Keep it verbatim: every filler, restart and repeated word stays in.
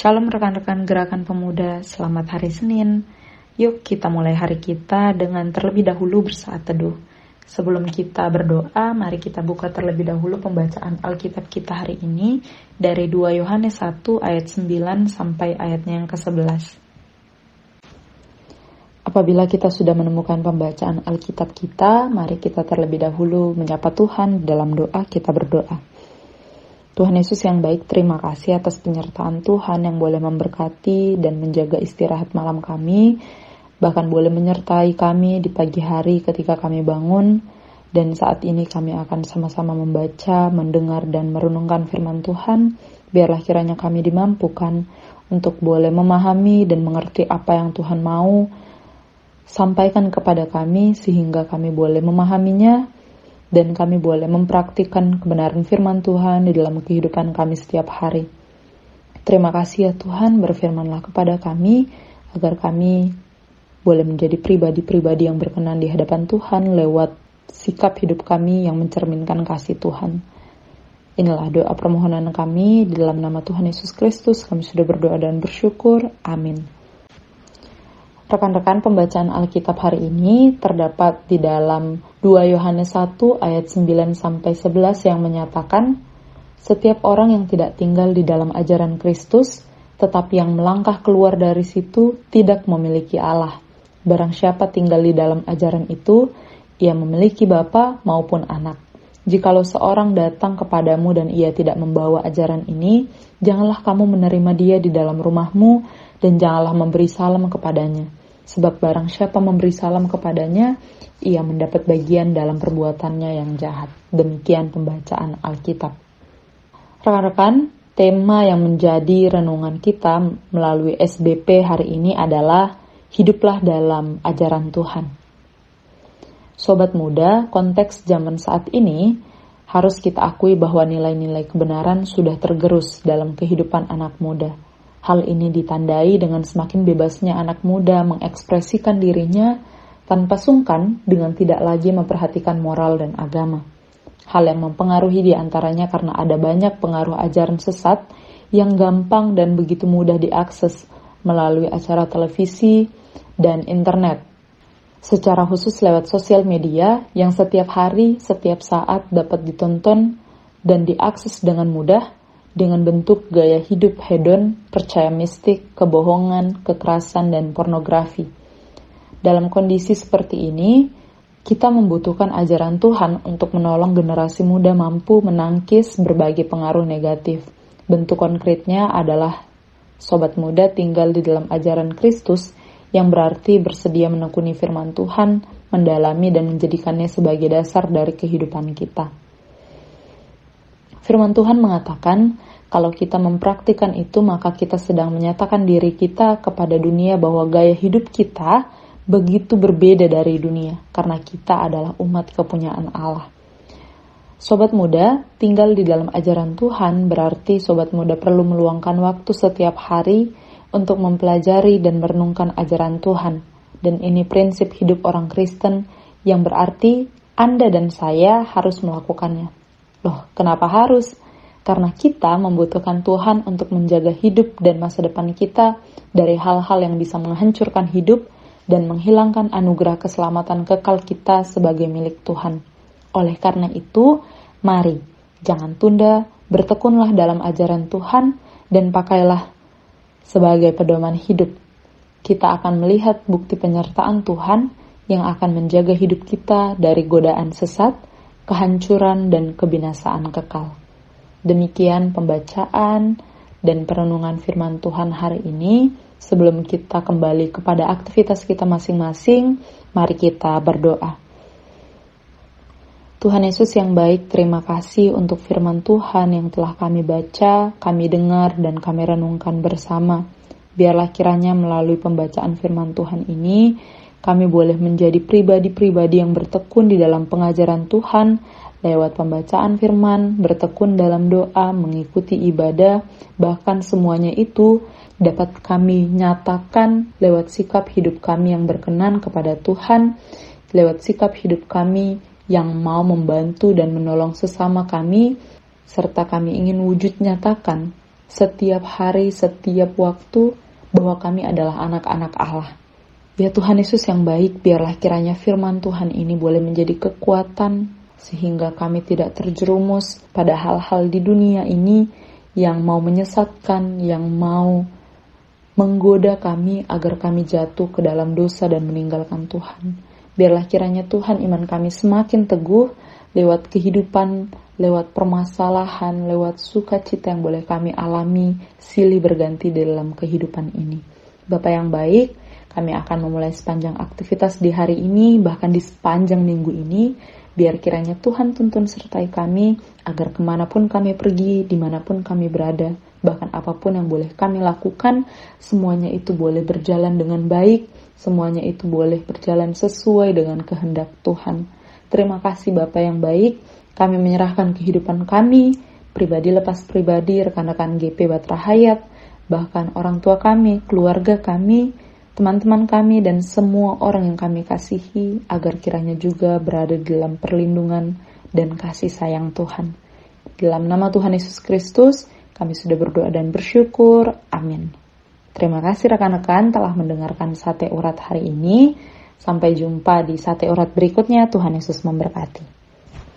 Shalom rekan-rekan Gerakan Pemuda, selamat hari Senin. Yuk kita mulai hari kita dengan terlebih dahulu bersaat teduh. Sebelum kita berdoa, mari kita buka terlebih dahulu pembacaan Alkitab kita hari ini dari dua Yohanes satu ayat sembilan sampai ayatnya yang kesebelas. Apabila kita sudah menemukan pembacaan Alkitab kita, mari kita terlebih dahulu menyapa Tuhan. Dalam doa kita berdoa. Tuhan Yesus yang baik, terima kasih atas penyertaan Tuhan yang boleh memberkati dan menjaga istirahat malam kami, bahkan boleh menyertai kami di pagi hari ketika kami bangun, dan saat ini kami akan sama-sama membaca, mendengar, dan merenungkan firman Tuhan. Biarlah kiranya kami dimampukan untuk boleh memahami dan mengerti apa yang Tuhan mau sampaikan kepada kami, sehingga kami boleh memahaminya, dan kami boleh mempraktikkan kebenaran firman Tuhan di dalam kehidupan kami setiap hari. Terima kasih ya Tuhan, berfirmanlah kepada kami, agar kami boleh menjadi pribadi-pribadi yang berkenan di hadapan Tuhan lewat sikap hidup kami yang mencerminkan kasih Tuhan. Inilah doa permohonan kami, di dalam nama Tuhan Yesus Kristus kami sudah berdoa dan bersyukur. Amin. Rekan-rekan, pembacaan Alkitab hari ini terdapat di dalam dua Yohanes satu ayat sembilan sampai sebelas yang menyatakan, setiap orang yang tidak tinggal di dalam ajaran Kristus, tetapi yang melangkah keluar dari situ tidak memiliki Allah. Barang siapa tinggal di dalam ajaran itu, ia memiliki Bapa maupun Anak. Jikalau seorang datang kepadamu dan ia tidak membawa ajaran ini, janganlah kamu menerima dia di dalam rumahmu dan janganlah memberi salam kepadanya. Sebab barang siapa memberi salam kepadanya, ia mendapat bagian dalam perbuatannya yang jahat. Demikian pembacaan Alkitab. Rekan-rekan, tema yang menjadi renungan kita melalui S B P hari ini adalah hiduplah dalam ajaran Tuhan. Sobat muda, konteks zaman saat ini harus kita akui bahwa nilai-nilai kebenaran sudah tergerus dalam kehidupan anak muda. Hal ini ditandai dengan semakin bebasnya anak muda mengekspresikan dirinya tanpa sungkan dengan tidak lagi memperhatikan moral dan agama. Hal yang mempengaruhi diantaranya karena ada banyak pengaruh ajaran sesat yang gampang dan begitu mudah diakses melalui acara televisi dan internet. Secara khusus lewat sosial media yang setiap hari, setiap saat dapat ditonton dan diakses dengan mudah, dengan bentuk gaya hidup hedon, percaya mistik, kebohongan, kekerasan, dan pornografi. Dalam kondisi seperti ini, kita membutuhkan ajaran Tuhan untuk menolong generasi muda mampu menangkis berbagai pengaruh negatif. Bentuk konkretnya adalah sobat muda tinggal di dalam ajaran Kristus, yang berarti bersedia menekuni firman Tuhan, mendalami dan menjadikannya sebagai dasar dari kehidupan kita. Firman Tuhan mengatakan, kalau kita mempraktikkan itu, maka kita sedang menyatakan diri kita kepada dunia bahwa gaya hidup kita begitu berbeda dari dunia, karena kita adalah umat kepunyaan Allah. Sobat muda, tinggal di dalam ajaran Tuhan berarti sobat muda perlu meluangkan waktu setiap hari untuk mempelajari dan merenungkan ajaran Tuhan. Dan ini prinsip hidup orang Kristen yang berarti Anda dan saya harus melakukannya. Loh, kenapa harus? Karena kita membutuhkan Tuhan untuk menjaga hidup dan masa depan kita dari hal-hal yang bisa menghancurkan hidup dan menghilangkan anugerah keselamatan kekal kita sebagai milik Tuhan. Oleh karena itu, mari, jangan tunda, bertekunlah dalam ajaran Tuhan dan pakailah sebagai pedoman hidup. Kita akan melihat bukti penyertaan Tuhan yang akan menjaga hidup kita dari godaan sesat, kehancuran, dan kebinasaan kekal. Demikian pembacaan dan perenungan firman Tuhan hari ini. Sebelum kita kembali kepada aktivitas kita masing-masing, mari kita berdoa. Tuhan Yesus yang baik, terima kasih untuk firman Tuhan yang telah kami baca, kami dengar, dan kami renungkan bersama. Biarlah kiranya melalui pembacaan firman Tuhan ini, kami boleh menjadi pribadi-pribadi yang bertekun di dalam pengajaran Tuhan, lewat pembacaan firman, bertekun dalam doa, mengikuti ibadah, bahkan semuanya itu dapat kami nyatakan lewat sikap hidup kami yang berkenan kepada Tuhan, lewat sikap hidup kami yang mau membantu dan menolong sesama kami, serta kami ingin wujud nyatakan setiap hari, setiap waktu, bahwa kami adalah anak-anak Allah. Ya Tuhan Yesus yang baik, biarlah kiranya firman Tuhan ini boleh menjadi kekuatan, sehingga kami tidak terjerumus pada hal-hal di dunia ini yang mau menyesatkan, yang mau menggoda kami agar kami jatuh ke dalam dosa dan meninggalkan Tuhan. Biarlah kiranya Tuhan iman kami semakin teguh lewat kehidupan, lewat permasalahan, lewat sukacita yang boleh kami alami silih berganti dalam kehidupan ini. Bapa yang baik, kami akan memulai sepanjang aktivitas di hari ini, bahkan di sepanjang minggu ini. Biar kiranya Tuhan tuntun sertai kami, agar kemanapun kami pergi, dimanapun kami berada, bahkan apapun yang boleh kami lakukan, semuanya itu boleh berjalan dengan baik, semuanya itu boleh berjalan sesuai dengan kehendak Tuhan. Terima kasih Bapa yang baik, kami menyerahkan kehidupan kami, pribadi lepas pribadi, rekan-rekan G P Batra Hayat, bahkan orang tua kami, keluarga kami, teman-teman kami, dan semua orang yang kami kasihi, agar kiranya juga berada dalam perlindungan dan kasih sayang Tuhan. Dalam nama Tuhan Yesus Kristus, kami sudah berdoa dan bersyukur. Amin. Terima kasih rekan-rekan telah mendengarkan Sate Urat hari ini. Sampai jumpa di Sate Urat berikutnya. Tuhan Yesus memberkati.